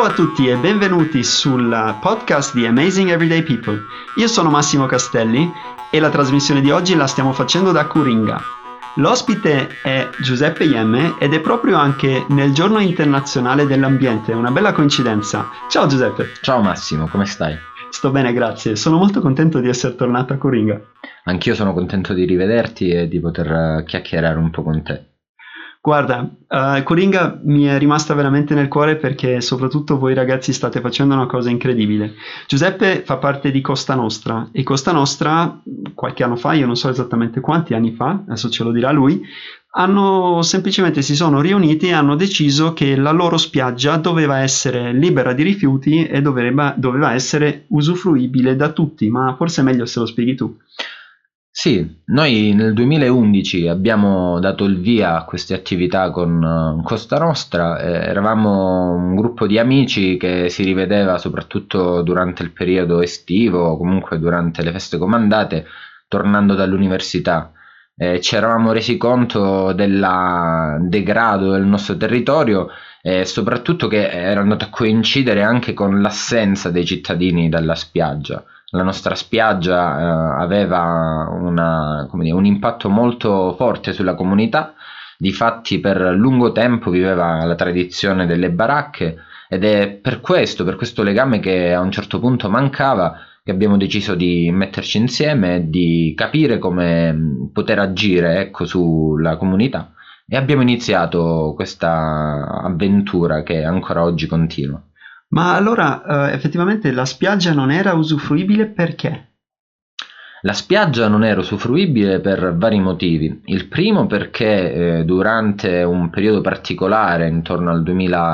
Ciao a tutti e benvenuti sul podcast di Amazing Everyday People. Io sono Massimo Castelli e la trasmissione di oggi la stiamo facendo da Coringa. L'ospite è Giuseppe Iemme ed è proprio anche nel Giorno Internazionale dell'Ambiente, una bella coincidenza. Ciao Giuseppe. Ciao Massimo, come stai? Sto bene, grazie. Sono molto contento di essere tornato a Coringa. Anch'io sono contento di rivederti e di poter chiacchierare un po' con te. Guarda, Coringa mi è rimasta veramente nel cuore perché soprattutto voi ragazzi state facendo una cosa incredibile. Giuseppe fa parte di Costa Nostra e Costa Nostra qualche anno fa, io non so esattamente quanti anni fa, adesso ce lo dirà lui, semplicemente si sono riuniti e hanno deciso che la loro spiaggia doveva essere libera di rifiuti e doveva essere usufruibile da tutti, ma forse è meglio se lo spieghi tu. Sì, noi nel 2011 abbiamo dato il via a queste attività con Costa Nostra. Eravamo un gruppo di amici che si rivedeva soprattutto durante il periodo estivo o comunque durante le feste comandate, tornando dall'università. Ci eravamo resi conto del degrado del nostro territorio e soprattutto che era andato a coincidere anche con l'assenza dei cittadini dalla spiaggia. La nostra spiaggia aveva un impatto molto forte sulla comunità. Difatti per lungo tempo viveva la tradizione delle baracche ed è per questo legame che a un certo punto mancava, che abbiamo deciso di metterci insieme e di capire come poter agire, ecco, sulla comunità, e abbiamo iniziato questa avventura che ancora oggi continua. Ma allora effettivamente la spiaggia non era usufruibile perché? La spiaggia non era usufruibile per vari motivi. Il primo perché durante un periodo particolare, intorno al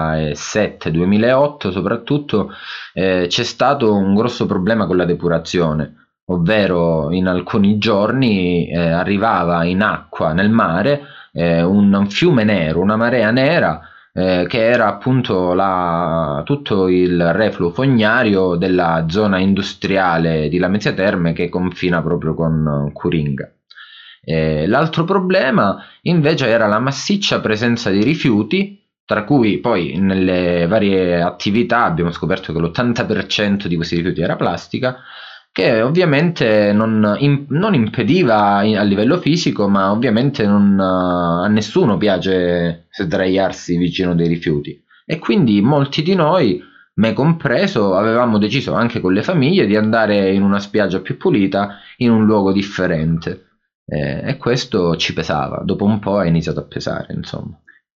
2007-2008 soprattutto, c'è stato un grosso problema con la depurazione, ovvero in alcuni giorni arrivava in acqua nel mare un fiume nero, una marea nera, che era appunto tutto il refluo fognario della zona industriale di Lamezia Terme che confina proprio con Coringa. L'altro problema invece era la massiccia presenza di rifiuti, tra cui poi nelle varie attività abbiamo scoperto che l'80% di questi rifiuti era plastica, che ovviamente non impediva a livello fisico, ma ovviamente a nessuno piace sdraiarsi vicino dei rifiuti. E quindi molti di noi, me compreso, avevamo deciso anche con le famiglie di andare in una spiaggia più pulita, in un luogo differente. E questo ci pesava, dopo un po' è iniziato a pesare, insomma.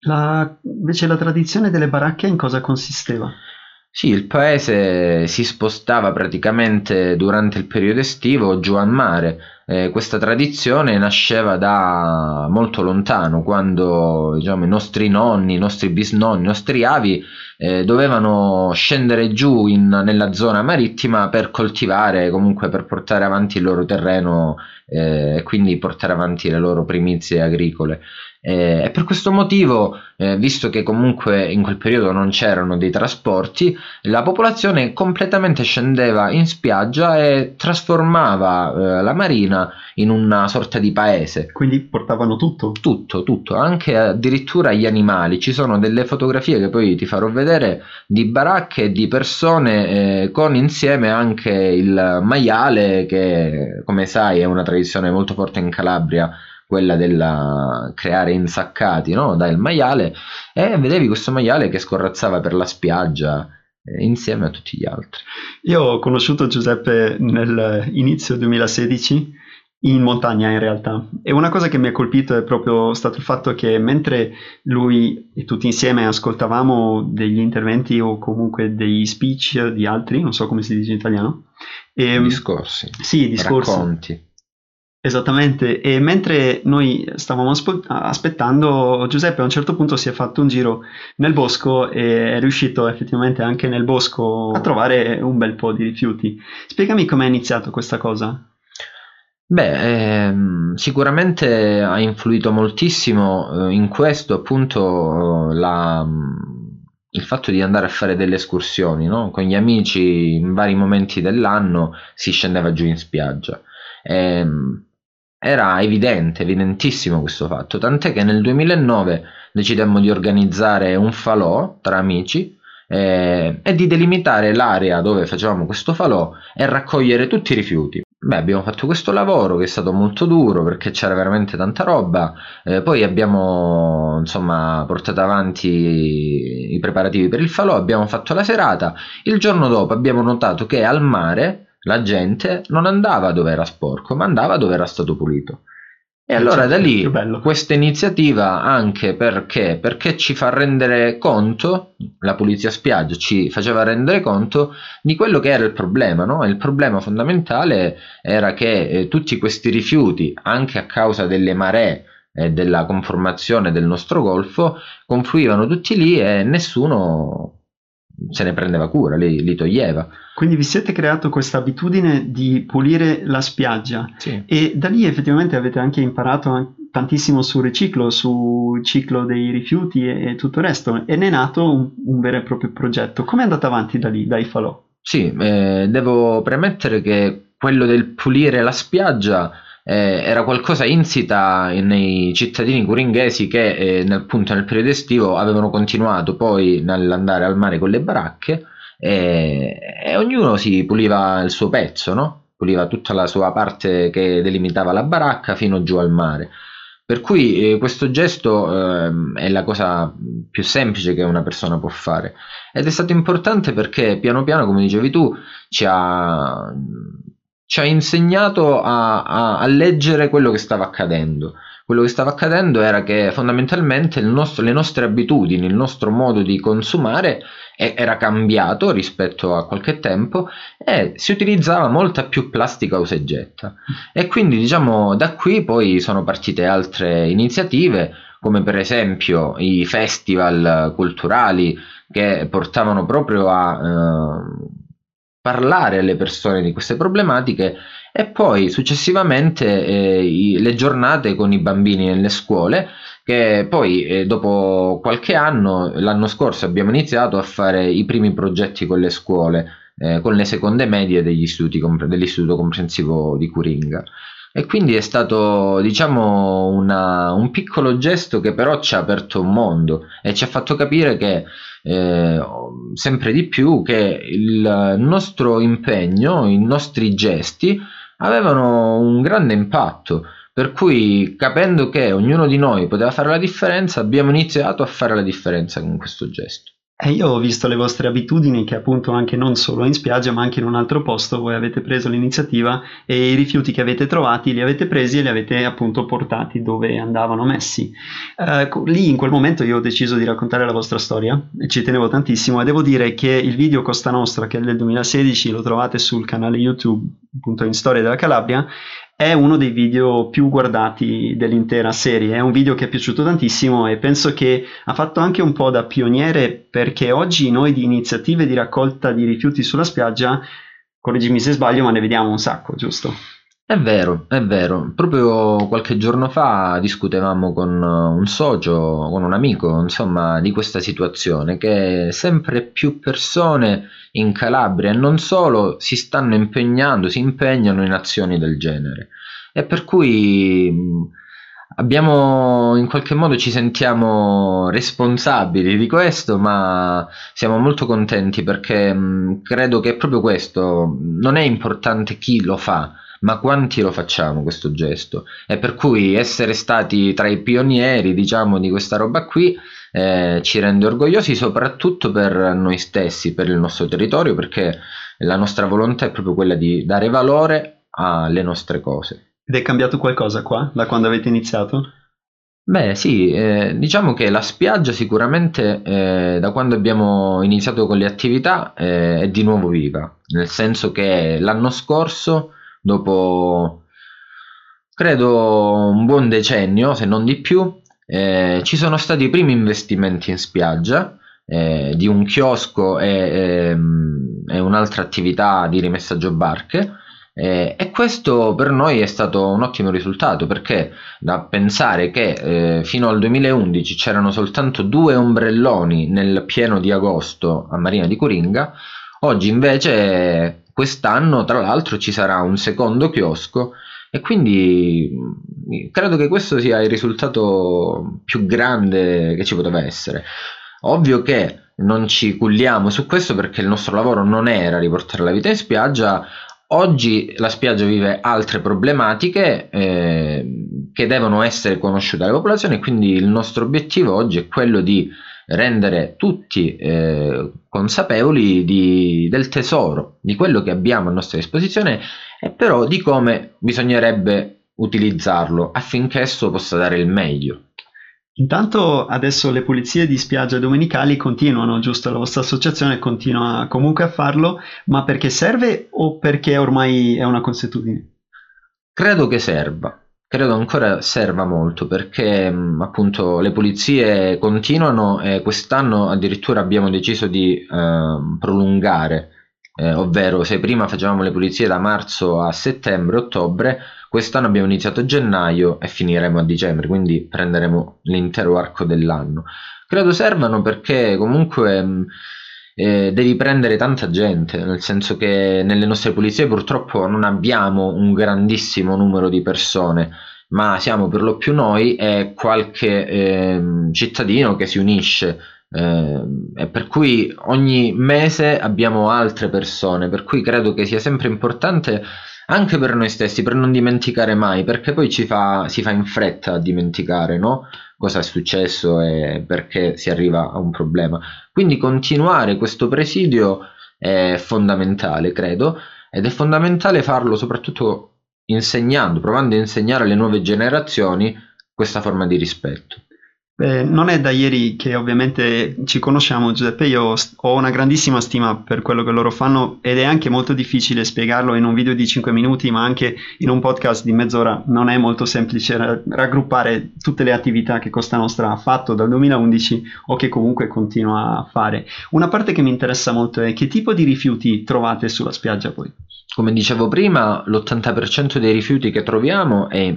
Invece la tradizione delle baracche in cosa consisteva? Sì, il paese si spostava praticamente durante il periodo estivo giù al mare. Questa tradizione nasceva da molto lontano, quando diciamo, i nostri nonni, i nostri bisnonni, i nostri avi dovevano scendere giù nella zona marittima per coltivare, comunque per portare avanti il loro terreno e quindi portare avanti le loro primizie agricole. E per questo motivo, visto che comunque in quel periodo non c'erano dei trasporti, la popolazione completamente scendeva in spiaggia e trasformava la marina in una sorta di paese. Quindi portavano tutto? Tutto, anche addirittura gli animali. Ci sono delle fotografie che poi ti farò vedere di baracche e di persone con insieme anche il maiale, che come sai è una tradizione molto forte in Calabria, quella della creare insaccati, no? Dal maiale, e vedevi questo maiale che scorrazzava per la spiaggia insieme a tutti gli altri. Io ho conosciuto Giuseppe nell'inizio 2016 in montagna in realtà, e una cosa che mi ha colpito è proprio stato il fatto che mentre lui e tutti insieme ascoltavamo degli interventi o comunque degli speech di altri, non so come si dice in italiano, Discorsi, sì, discorsi, racconti. Esattamente, e mentre noi stavamo aspettando, Giuseppe a un certo punto si è fatto un giro nel bosco e è riuscito effettivamente anche nel bosco a trovare un bel po' di rifiuti. Spiegami com'è iniziato questa cosa. Beh, sicuramente ha influito moltissimo in questo appunto il fatto di andare a fare delle escursioni, no? Con gli amici in vari momenti dell'anno si scendeva giù in spiaggia. Era evidentissimo questo fatto, tant'è che nel 2009 decidemmo di organizzare un falò tra amici e di delimitare l'area dove facevamo questo falò e raccogliere tutti i rifiuti. Beh, abbiamo fatto questo lavoro che è stato molto duro perché c'era veramente tanta roba, poi abbiamo insomma portato avanti i preparativi per il falò, abbiamo fatto la serata, il giorno dopo abbiamo notato che al mare la gente non andava dove era sporco, ma andava dove era stato pulito. E allora da Certo, lì più bello. questa iniziativa anche perché ci fa rendere conto, la pulizia spiaggia ci faceva rendere conto di quello che era il problema, no? Il problema fondamentale era che tutti questi rifiuti, anche a causa delle maree e della conformazione del nostro golfo, confluivano tutti lì e nessuno se ne prendeva cura, li toglieva. Quindi vi siete creato questa abitudine di pulire la spiaggia Sì. e da lì effettivamente avete anche imparato tantissimo sul ciclo dei rifiuti e tutto il resto, e ne è nato un vero e proprio progetto. Come è andata avanti da lì, dai falò? Sì, devo premettere che quello del pulire la spiaggia era qualcosa insita nei cittadini curinghesi che appunto nel periodo estivo avevano continuato poi nell'andare al mare con le baracche e ognuno si puliva il suo pezzo, no? Puliva tutta la sua parte che delimitava la baracca fino giù al mare. Per cui questo gesto è la cosa più semplice che una persona può fare. Ed è stato importante perché piano piano, come dicevi tu, ci ha insegnato a leggere quello che stava accadendo. Quello che stava accadendo era che fondamentalmente le nostre abitudini, il nostro modo di consumare era cambiato rispetto a qualche tempo e si utilizzava molta più plastica usa e getta. E quindi diciamo da qui poi sono partite altre iniziative, come per esempio i festival culturali che portavano proprio a parlare alle persone di queste problematiche e poi successivamente le giornate con i bambini nelle scuole che poi dopo qualche anno, l'anno scorso abbiamo iniziato a fare i primi progetti con le scuole, con le seconde medie dell'Istituto Comprensivo di Curinga. E quindi è stato, diciamo, un piccolo gesto che però ci ha aperto un mondo e ci ha fatto capire che sempre di più che il nostro impegno, i nostri gesti avevano un grande impatto. Per cui, capendo che ognuno di noi poteva fare la differenza, abbiamo iniziato a fare la differenza con questo gesto. Io ho visto le vostre abitudini che appunto anche non solo in spiaggia ma anche in un altro posto voi avete preso l'iniziativa e i rifiuti che avete trovati li avete presi e li avete appunto portati dove andavano messi. Lì in quel momento io ho deciso di raccontare la vostra storia e ci tenevo tantissimo e devo dire che il video Costa Nostra, che è del 2016, lo trovate sul canale YouTube appunto in Storia della Calabria, è uno dei video più guardati dell'intera serie, è un video che è piaciuto tantissimo e penso che ha fatto anche un po' da pioniere perché oggi noi di iniziative di raccolta di rifiuti sulla spiaggia, correggimi se sbaglio, ma ne vediamo un sacco, giusto? È vero, è vero. Proprio qualche giorno fa discutevamo con un socio, con un amico, insomma, di questa situazione, che sempre più persone in Calabria e non solo si impegnano in azioni del genere. E per cui abbiamo, in qualche modo ci sentiamo responsabili di questo, ma siamo molto contenti perché credo che è proprio questo, non è importante chi lo fa, ma quanti lo facciamo questo gesto, e per cui essere stati tra i pionieri, diciamo, di questa roba qui ci rende orgogliosi soprattutto per noi stessi, per il nostro territorio, perché la nostra volontà è proprio quella di dare valore alle nostre cose. Ed è cambiato qualcosa qua da quando avete iniziato? Beh sì, diciamo che la spiaggia sicuramente da quando abbiamo iniziato con le attività è di nuovo viva, nel senso che l'anno scorso, dopo credo un buon decennio, se non di più, ci sono stati i primi investimenti in spiaggia, di un chiosco e un'altra attività di rimessaggio barche, e questo per noi è stato un ottimo risultato perché da pensare che fino al 2011 c'erano soltanto 2 ombrelloni nel pieno di agosto a Marina di Curinga, oggi invece quest'anno tra l'altro ci sarà un secondo chiosco e quindi credo che questo sia il risultato più grande che ci poteva essere. Ovvio che non ci culliamo su questo perché il nostro lavoro non era riportare la vita in spiaggia. Oggi la spiaggia vive altre problematiche che devono essere conosciute alle popolazioni, quindi il nostro obiettivo oggi è quello di rendere tutti consapevoli del tesoro, di quello che abbiamo a nostra disposizione e però di come bisognerebbe utilizzarlo affinché esso possa dare il meglio. Intanto adesso le pulizie di spiaggia domenicali continuano, giusto? La vostra associazione continua comunque a farlo, ma perché serve o perché ormai è una consuetudine? Credo che serva, credo ancora serva molto perché appunto le pulizie continuano e quest'anno addirittura abbiamo deciso di prolungare, ovvero se prima facevamo le pulizie da marzo a settembre-ottobre, quest'anno abbiamo iniziato a gennaio e finiremo a dicembre, quindi prenderemo l'intero arco dell'anno. Credo servano perché comunque devi prendere tanta gente, nel senso che nelle nostre pulizie purtroppo non abbiamo un grandissimo numero di persone, ma siamo per lo più noi e qualche cittadino che si unisce. E per cui ogni mese abbiamo altre persone, per cui credo che sia sempre importante anche per noi stessi, per non dimenticare mai, perché poi si fa in fretta a dimenticare, no? Cosa è successo e perché si arriva a un problema. Quindi continuare questo presidio è fondamentale, credo, ed è fondamentale farlo soprattutto insegnando, provando a insegnare alle nuove generazioni questa forma di rispetto. Non è da ieri che ovviamente ci conosciamo, Giuseppe, io ho una grandissima stima per quello che loro fanno ed è anche molto difficile spiegarlo in un video di 5 minuti, ma anche in un podcast di mezz'ora non è molto semplice raggruppare tutte le attività che Costa Nostra ha fatto dal 2011 o che comunque continua a fare. Una parte che mi interessa molto è che tipo di rifiuti trovate sulla spiaggia poi? Come dicevo prima, l'80% dei rifiuti che troviamo è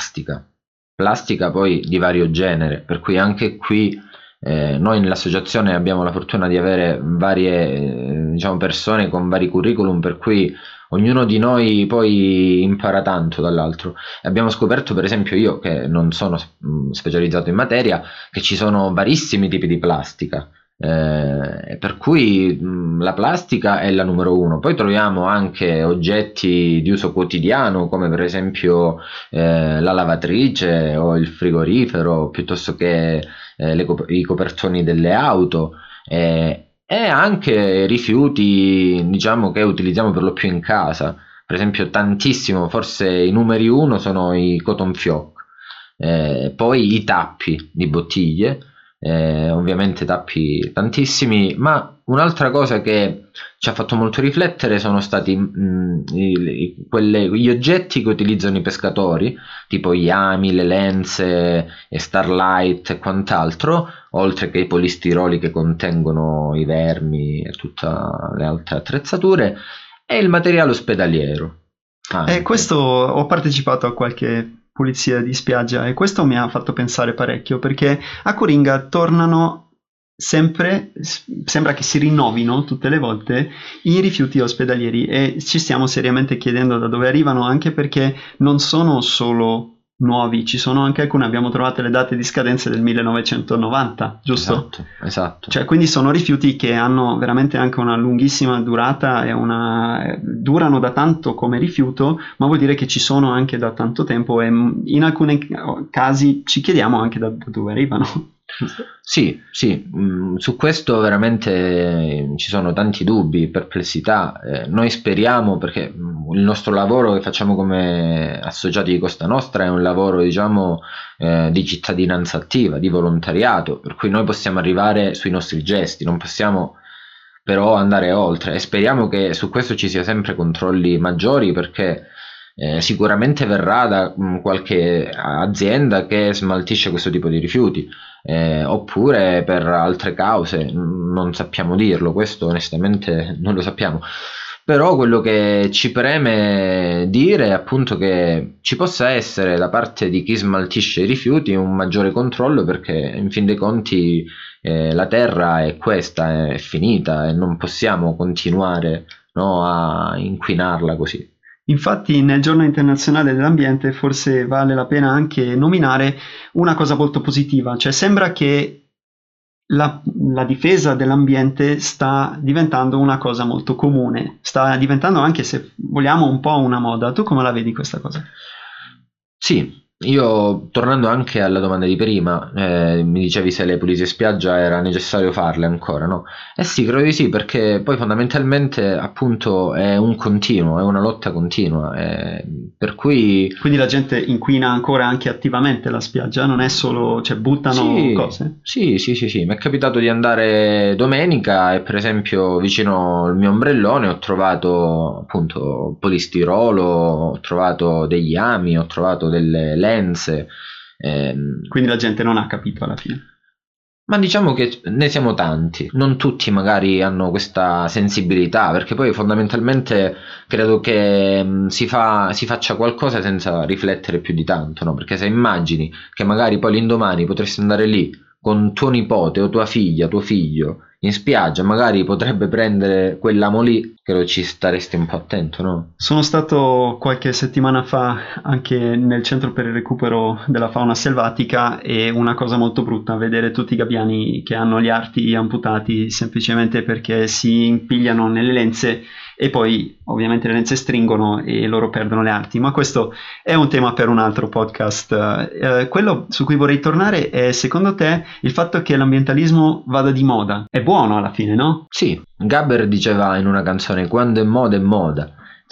plastica poi di vario genere, per cui anche qui noi nell'associazione abbiamo la fortuna di avere varie diciamo, persone con vari curriculum, per cui ognuno di noi poi impara tanto dall'altro. E abbiamo scoperto, per esempio io che non sono specializzato in materia, che ci sono varissimi tipi di plastica. Per cui la plastica è la numero uno. Poi troviamo anche oggetti di uso quotidiano come per esempio la lavatrice o il frigorifero piuttosto che i copertoni delle auto e anche rifiuti diciamo che utilizziamo per lo più in casa. Per esempio tantissimo, forse i numeri uno sono i cotton fioc, poi i tappi di bottiglie, ovviamente tappi tantissimi, ma un'altra cosa che ci ha fatto molto riflettere sono stati gli oggetti che utilizzano i pescatori, tipo gli ami, le lenze, e Starlight e quant'altro, oltre che i polistiroli che contengono i vermi e tutte le altre attrezzature, e il materiale ospedaliero. Questo ho partecipato a qualche pulizia di spiaggia e questo mi ha fatto pensare parecchio perché a Coringa tornano sempre, sembra che si rinnovino tutte le volte i rifiuti ospedalieri e ci stiamo seriamente chiedendo da dove arrivano, anche perché non sono solo nuovi, ci sono anche alcune, abbiamo trovato le date di scadenza del 1990, giusto? Esatto. Cioè, quindi sono rifiuti che hanno veramente anche una lunghissima durata e durano da tanto come rifiuto, ma vuol dire che ci sono anche da tanto tempo e in alcuni casi ci chiediamo anche da dove arrivano. Sì, su questo veramente ci sono tanti dubbi, perplessità. Noi speriamo, perché il nostro lavoro che facciamo come associati di Costa Nostra è un lavoro, diciamo, di cittadinanza attiva, di volontariato, per cui noi possiamo arrivare sui nostri gesti, non possiamo però andare oltre e speriamo che su questo ci sia sempre controlli maggiori perché sicuramente verrà da qualche azienda che smaltisce questo tipo di rifiuti, oppure per altre cause, non sappiamo dirlo, questo onestamente non lo sappiamo. Però quello che ci preme dire è appunto che ci possa essere da parte di chi smaltisce i rifiuti un maggiore controllo perché in fin dei conti la terra è questa, è finita e non possiamo continuare, no, a inquinarla così. Infatti nel Giorno Internazionale dell'Ambiente forse vale la pena anche nominare una cosa molto positiva, cioè sembra che la difesa dell'ambiente sta diventando una cosa molto comune, sta diventando anche, se vogliamo, un po' una moda. Tu come la vedi questa cosa? Sì, io tornando anche alla domanda di prima, mi dicevi se le pulizie spiaggia era necessario farle ancora, no? Eh sì, credo di sì, perché poi fondamentalmente appunto è un continuo, è una lotta continua, per cui Quindi la gente inquina ancora anche attivamente la spiaggia, non è solo, cioè buttano sì, cose? sì, sì, sì, sì, mi è capitato di andare domenica e per esempio vicino al mio ombrellone ho trovato appunto polistirolo, ho trovato degli ami, ho trovato delle lenze. Quindi la gente non ha capito alla fine. Ma diciamo che ne siamo tanti, non tutti magari hanno questa sensibilità, perché poi fondamentalmente credo che si faccia qualcosa senza riflettere più di tanto, no? Perché se immagini che magari poi l'indomani potresti andare lì con tuo nipote o tua figlia, tuo figlio, in spiaggia, magari potrebbe prendere quell'amo lì, credo ci staresti un po' attento, no? Sono stato qualche settimana fa anche nel centro per il recupero della fauna selvatica e una cosa molto brutta, vedere tutti i gabbiani che hanno gli arti amputati semplicemente perché si impigliano nelle lenze e poi ovviamente le lenze stringono e loro perdono le arti, ma questo è un tema per un altro podcast. Quello su cui vorrei tornare è, secondo te, il fatto che l'ambientalismo vada di moda. È buono alla fine, no? Sì, Gabber diceva in una canzone quando è moda è moda.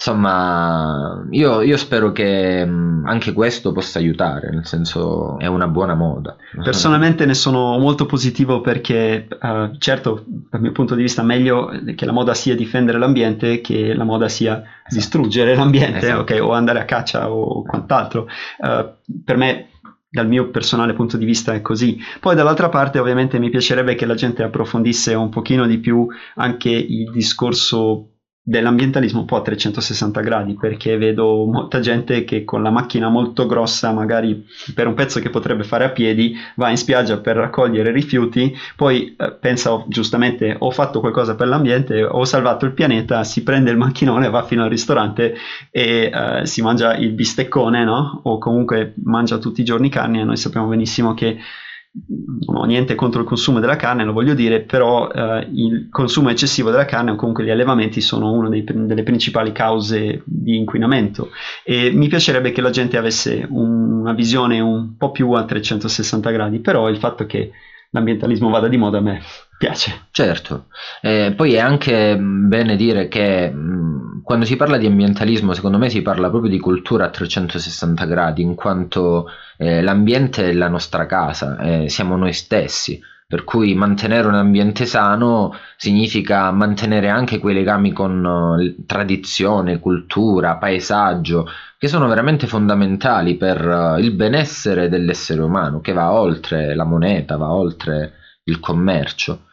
Insomma, io spero che anche questo possa aiutare, nel senso è una buona moda. Personalmente ne sono molto positivo perché, certo, dal mio punto di vista, meglio che la moda sia difendere l'ambiente che la moda sia Esatto. distruggere l'ambiente, Esatto. ok, o andare a caccia o quant'altro. Per me, dal mio personale punto di vista, è così. Poi, dall'altra parte, ovviamente, mi piacerebbe che la gente approfondisse un pochino di più anche il discorso dell'ambientalismo un po' a 360 gradi, perché vedo molta gente che con la macchina molto grossa, magari per un pezzo che potrebbe fare a piedi, va in spiaggia per raccogliere rifiuti, poi pensa giustamente ho fatto qualcosa per l'ambiente, ho salvato il pianeta, si prende il macchinone, va fino al ristorante e si mangia il bisteccone, no? O comunque mangia tutti i giorni carne, e noi sappiamo benissimo che non ho niente contro il consumo della carne, lo voglio dire, però il consumo eccessivo della carne o comunque gli allevamenti sono una delle principali cause di inquinamento e mi piacerebbe che la gente avesse una visione un po' più a 360 gradi, però il fatto che l'ambientalismo vada di moda a me piace. Certo, poi è anche bene dire che quando si parla di ambientalismo, secondo me si parla proprio di cultura a 360 gradi, in quanto l'ambiente è la nostra casa, siamo noi stessi, per cui mantenere un ambiente sano significa mantenere anche quei legami con tradizione, cultura, paesaggio, che sono veramente fondamentali per il benessere dell'essere umano, che va oltre la moneta, va oltre il commercio.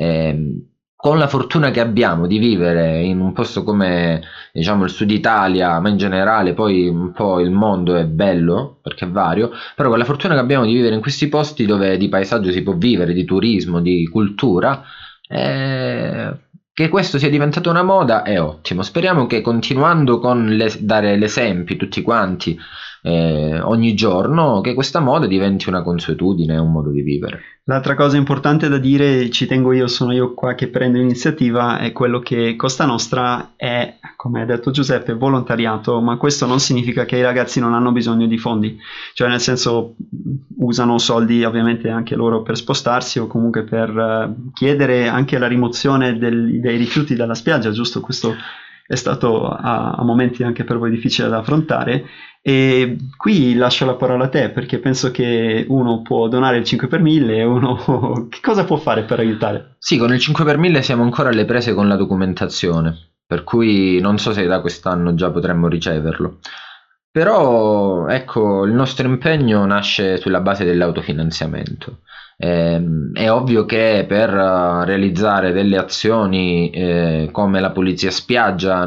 Con la fortuna che abbiamo di vivere in un posto come diciamo il sud Italia, ma in generale poi un po' il mondo è bello perché è vario, però con la fortuna che abbiamo di vivere in questi posti dove di paesaggio si può vivere, di turismo, di cultura, che questo sia diventato una moda è ottimo. Speriamo che continuando con dare l'esempio tutti quanti ogni giorno, che questa moda diventi una consuetudine, un modo di vivere. L'altra cosa importante da dire, ci tengo io, sono io qua che prendo l'iniziativa, è quello che Costa Nostra è, come ha detto Giuseppe, volontariato, ma questo non significa che i ragazzi non hanno bisogno di fondi, cioè nel senso usano soldi ovviamente anche loro per spostarsi o comunque per chiedere anche la rimozione dei rifiuti dalla spiaggia, giusto? Questo è stato a momenti anche per voi difficile da affrontare. E qui lascio la parola a te perché penso che uno può donare il 5 per 1000 e uno che cosa può fare per aiutare? Sì, con il 5 per 1000 siamo ancora alle prese con la documentazione, per cui non so se da quest'anno già potremmo riceverlo. Però ecco, il nostro impegno nasce sulla base dell'autofinanziamento. È ovvio che per realizzare delle azioni come la pulizia spiaggia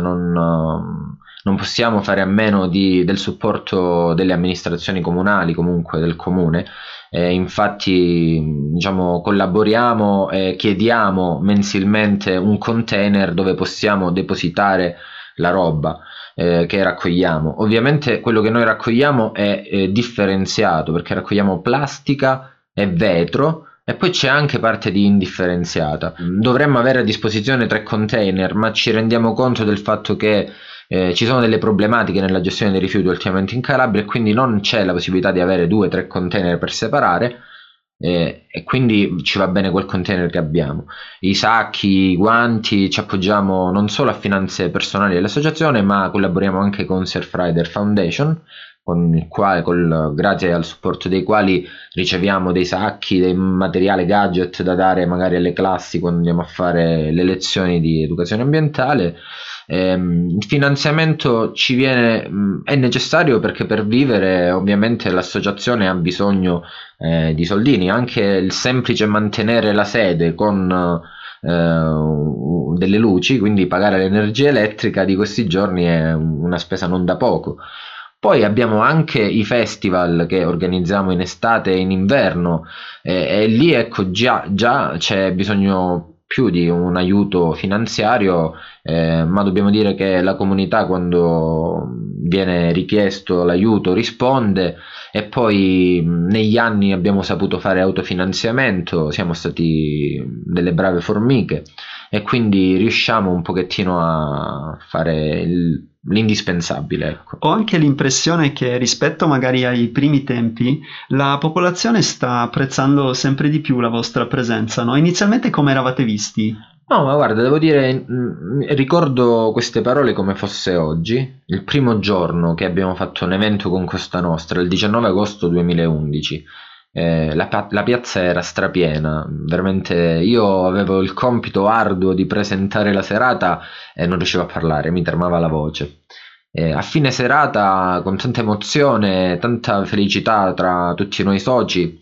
non possiamo fare a meno del supporto delle amministrazioni comunali, comunque del comune. Infatti diciamo, collaboriamo e chiediamo mensilmente un container dove possiamo depositare la roba che raccogliamo. Ovviamente quello che noi raccogliamo è differenziato perché raccogliamo plastica e vetro E poi c'è anche parte di indifferenziata. Dovremmo avere a disposizione 3 container, ma ci rendiamo conto del fatto che ci sono delle problematiche nella gestione dei rifiuti ultimamente in Calabria e quindi non c'è la possibilità di avere 2 o 3 container per separare, e quindi ci va bene quel container che abbiamo. I sacchi, i guanti, ci appoggiamo non solo a finanze personali dell'associazione, ma collaboriamo anche con Surfrider Foundation, grazie al supporto dei quali riceviamo dei sacchi, del materiale gadget da dare magari alle classi quando andiamo a fare le lezioni di educazione ambientale. Il finanziamento è necessario perché per vivere ovviamente l'associazione ha bisogno di soldini. Anche il semplice mantenere la sede con delle luci, quindi pagare l'energia elettrica di questi giorni è una spesa non da poco. Poi abbiamo anche i festival che organizziamo in estate e in inverno, e lì ecco già c'è bisogno più di un aiuto finanziario, ma dobbiamo dire che la comunità, quando viene richiesto l'aiuto, risponde. E poi negli anni abbiamo saputo fare autofinanziamento, siamo stati delle brave formiche e quindi riusciamo un pochettino a fare l'indispensabile, ecco. Ho anche l'impressione che rispetto magari ai primi tempi la popolazione sta apprezzando sempre di più la vostra presenza, no? Inizialmente come eravate visti? No, ma guarda, devo dire, ricordo queste parole come fosse oggi, il primo giorno che abbiamo fatto un evento con Costa Nostra, il 19 agosto 2011. La piazza era strapiena, veramente io avevo il compito arduo di presentare la serata e non riuscivo a parlare, mi tremava la voce. A fine serata, con tanta emozione, tanta felicità tra tutti noi soci,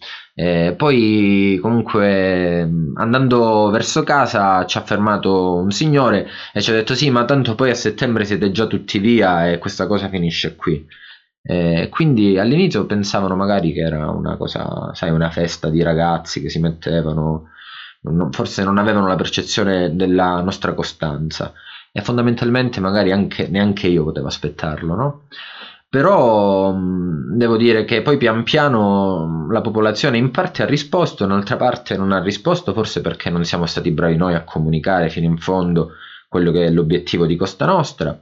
poi comunque andando verso casa ci ha fermato un signore e ci ha detto: sì, ma tanto poi a settembre siete già tutti via e questa cosa finisce qui. Quindi all'inizio pensavano magari che era una cosa, sai, una festa di ragazzi che si mettevano, forse non avevano la percezione della nostra costanza e fondamentalmente magari neanche io potevo aspettarlo, no? Però devo dire che poi pian piano la popolazione in parte ha risposto, in altra parte non ha risposto, forse perché non siamo stati bravi noi a comunicare fino in fondo quello che è l'obiettivo di Costa Nostra.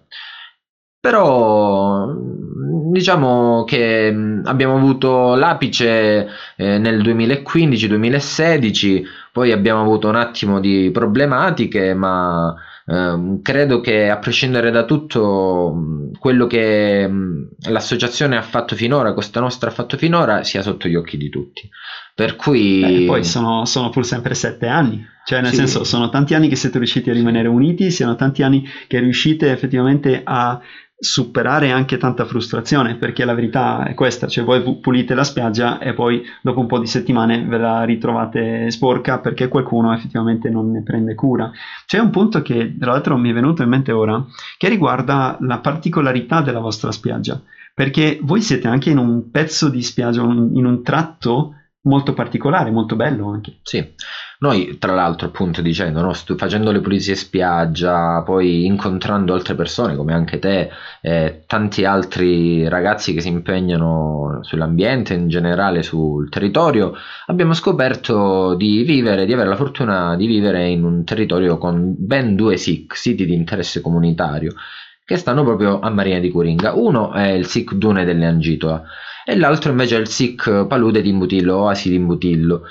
Però diciamo che abbiamo avuto l'apice nel 2015-2016, poi abbiamo avuto un attimo di problematiche, ma credo che a prescindere da tutto quello che l'associazione ha fatto finora, Costa Nostra ha fatto finora, sia sotto gli occhi di tutti. Per cui Poi sono pur sempre 7 anni, cioè nel sì, senso sono tanti anni che siete riusciti a rimanere uniti, sono tanti anni che riuscite effettivamente a superare anche tanta frustrazione, perché la verità è questa, cioè voi pulite la spiaggia e poi dopo un po' di settimane ve la ritrovate sporca perché qualcuno effettivamente non ne prende cura. C'è un punto che tra l'altro mi è venuto in mente ora, che riguarda la particolarità della vostra spiaggia, perché voi siete anche in un pezzo di spiaggia, in un tratto molto particolare, molto bello anche. sì, noi tra l'altro appunto dicendo, no, facendo le pulizie spiaggia, poi incontrando altre persone come anche te, tanti altri ragazzi che si impegnano sull'ambiente, in generale sul territorio, abbiamo scoperto di avere la fortuna di vivere in un territorio con ben 2 SIC, siti di interesse comunitario, che stanno proprio a Marina di Curinga. Uno è il SIC Dune delle Angitoa e l'altro invece è il SIC Palude di Imbutillo, Oasi di Imbutillo.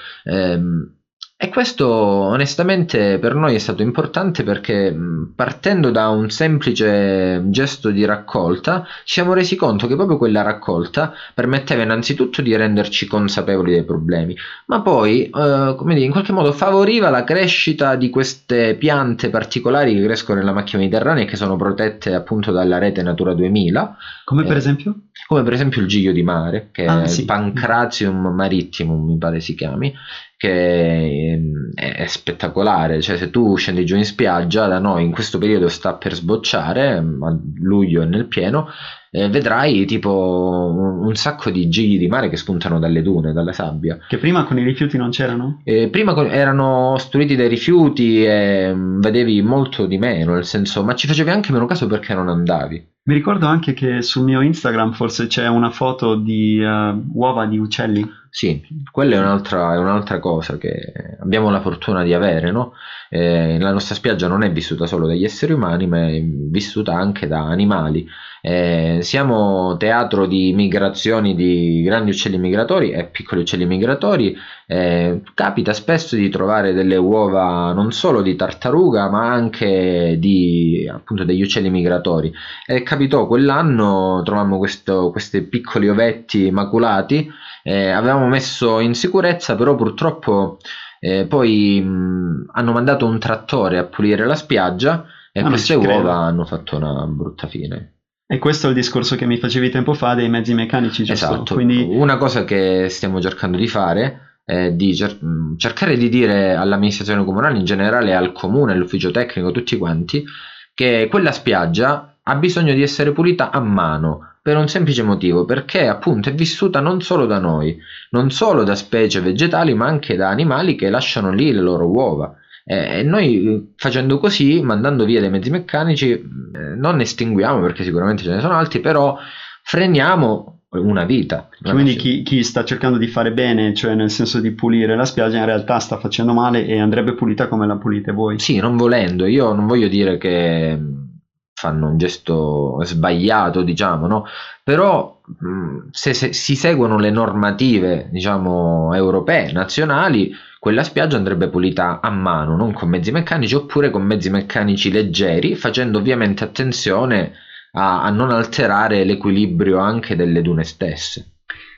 E questo onestamente per noi è stato importante perché partendo da un semplice gesto di raccolta ci siamo resi conto che proprio quella raccolta permetteva innanzitutto di renderci consapevoli dei problemi, ma poi come dire, in qualche modo favoriva la crescita di queste piante particolari che crescono nella macchia mediterranea e che sono protette appunto dalla rete Natura 2000. Come per esempio? Come per esempio il giglio di mare, che è Sì. il Pancratium marittimum, mi pare si chiami, che è spettacolare. Cioè, se tu scendi giù in spiaggia, da noi in questo periodo sta per sbocciare, a luglio è nel pieno, vedrai tipo un sacco di gigli di mare che spuntano dalle dune, dalla sabbia. Che prima con i rifiuti non c'erano? Prima erano ostruiti dai rifiuti e vedevi molto di meno, nel senso, ma ci facevi anche meno caso perché non andavi. Mi ricordo anche che sul mio Instagram forse c'è una foto di uova di uccelli. Sì, quella è un'altra cosa che abbiamo la fortuna di avere, no? La nostra spiaggia non è vissuta solo dagli esseri umani, ma è vissuta anche da animali. Siamo teatro di migrazioni di grandi uccelli migratori e piccoli uccelli migratori. Capita spesso di trovare delle uova non solo di tartaruga, ma anche appunto degli uccelli migratori. E capitò quell'anno, trovammo questi piccoli ovetti maculati. Avevamo messo in sicurezza, però purtroppo poi hanno mandato un trattore a pulire la spiaggia e Non queste ci credo. uova hanno fatto una brutta fine. E questo è il discorso che mi facevi tempo fa dei mezzi meccanici, giusto? Esatto, Quindi una cosa che stiamo cercando di fare è di cercare di dire all'amministrazione comunale in generale, al comune, all'ufficio tecnico, tutti quanti, che quella spiaggia ha bisogno di essere pulita a mano per un semplice motivo, perché appunto è vissuta non solo da noi, non solo da specie vegetali, ma anche da animali che lasciano lì le loro uova. E noi facendo così, mandando via dei mezzi meccanici, non ne estinguiamo perché sicuramente ce ne sono altri, però freniamo una vita. quindi chi sta cercando di fare bene, cioè nel senso di pulire la spiaggia, in realtà sta facendo male e andrebbe pulita come la pulite voi. Sì, non volendo, io non voglio dire che fanno un gesto sbagliato, diciamo, no? Però se si seguono le normative, diciamo, europee, nazionali, quella spiaggia andrebbe pulita a mano, non con mezzi meccanici, oppure con mezzi meccanici leggeri, facendo ovviamente attenzione a non alterare l'equilibrio anche delle dune stesse.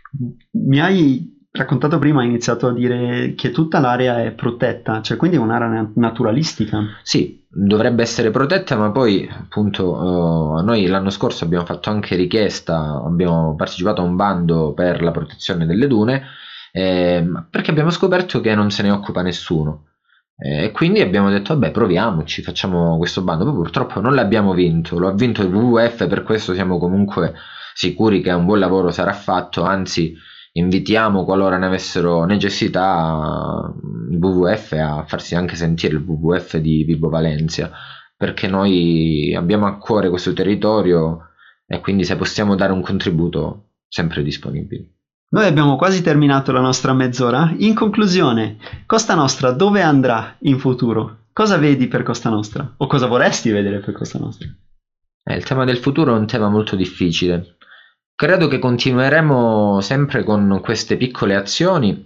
Mi hai raccontato prima, hai iniziato a dire che tutta l'area è protetta, cioè quindi è un'area naturalistica. Sì, dovrebbe essere protetta, ma poi appunto noi l'anno scorso abbiamo fatto anche richiesta, abbiamo partecipato a un bando per la protezione delle dune, perché abbiamo scoperto che non se ne occupa nessuno. E quindi abbiamo detto, vabbè, proviamoci, facciamo questo bando. Poi purtroppo non l'abbiamo vinto, lo ha vinto il WWF, per questo siamo comunque sicuri che un buon lavoro sarà fatto, anzi invitiamo, qualora ne avessero necessità, il WWF a farsi anche sentire, il WWF di Vibo Valencia, perché noi abbiamo a cuore questo territorio e quindi se possiamo dare un contributo, sempre disponibili. Noi abbiamo quasi terminato la nostra mezz'ora. In conclusione, Costa Nostra dove andrà in futuro? Cosa vedi per Costa Nostra? O cosa vorresti vedere per Costa Nostra? Il tema del futuro è un tema molto difficile. Credo che continueremo sempre con queste piccole azioni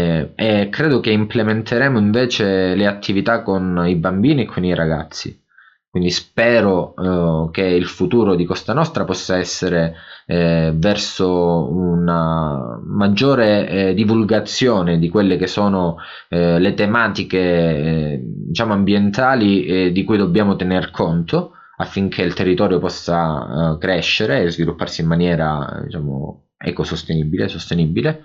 e credo che implementeremo invece le attività con i bambini e con i ragazzi. Quindi spero che il futuro di Costa Nostra possa essere verso una maggiore divulgazione di quelle che sono le tematiche diciamo ambientali di cui dobbiamo tener conto, affinché il territorio possa crescere e svilupparsi in maniera, diciamo, ecosostenibile, sostenibile.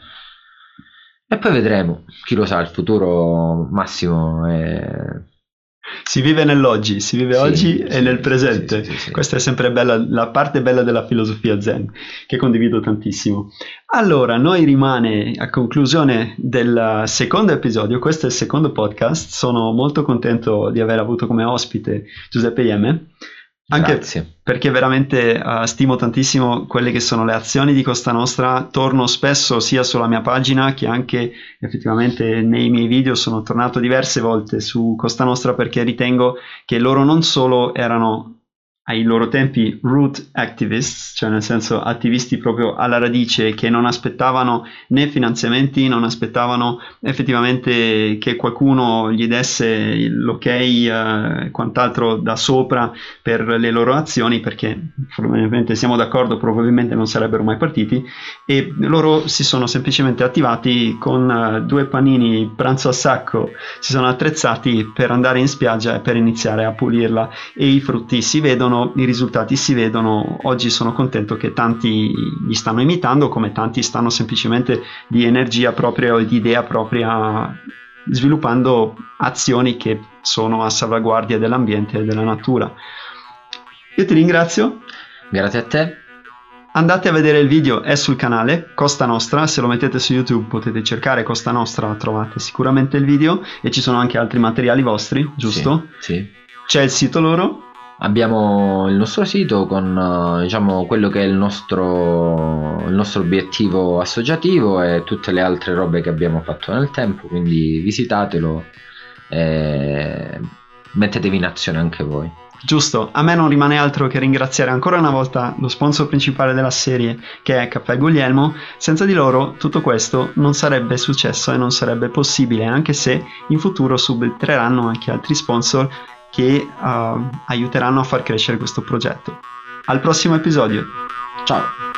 E poi vedremo, chi lo sa, il futuro Massimo è... Si vive nell'oggi, si vive oggi e nel presente. Sì. Questa è sempre bella, la parte bella della filosofia Zen, che condivido tantissimo. Allora, noi rimane a conclusione del secondo episodio, questo è il secondo podcast, sono molto contento di aver avuto come ospite Giuseppe Iemme. Anche Grazie. perché veramente stimo tantissimo quelle che sono le azioni di Costa Nostra, torno spesso sia sulla mia pagina che anche effettivamente nei miei video, sono tornato diverse volte su Costa Nostra perché ritengo che loro non solo erano ai loro tempi root activists, cioè nel senso attivisti proprio alla radice che non aspettavano né finanziamenti, non aspettavano effettivamente che qualcuno gli desse l'ok e quant'altro da sopra per le loro azioni, perché probabilmente siamo d'accordo, probabilmente non sarebbero mai partiti, e loro si sono semplicemente attivati con 2 panini pranzo a sacco, si sono attrezzati per andare in spiaggia e per iniziare a pulirla, e i frutti si vedono, i risultati si vedono. Oggi sono contento che tanti li stanno imitando, come tanti stanno semplicemente di energia propria o di idea propria sviluppando azioni che sono a salvaguardia dell'ambiente e della natura. Io ti ringrazio. Grazie a te. Andate a vedere il video, è sul canale Costa Nostra, se lo mettete su YouTube potete cercare Costa Nostra, trovate sicuramente il video e ci sono anche altri materiali vostri, giusto? Sì. C'è il sito loro? Abbiamo il nostro sito con diciamo quello che è il nostro obiettivo associativo e tutte le altre robe che abbiamo fatto nel tempo, quindi visitatelo e mettetevi in azione anche voi. Giusto, a me non rimane altro che ringraziare ancora una volta lo sponsor principale della serie, che è Caffè Guglielmo. Senza di loro tutto questo non sarebbe successo e non sarebbe possibile, anche se in futuro subentreranno anche altri sponsor che aiuteranno a far crescere questo progetto. Al prossimo episodio. Ciao!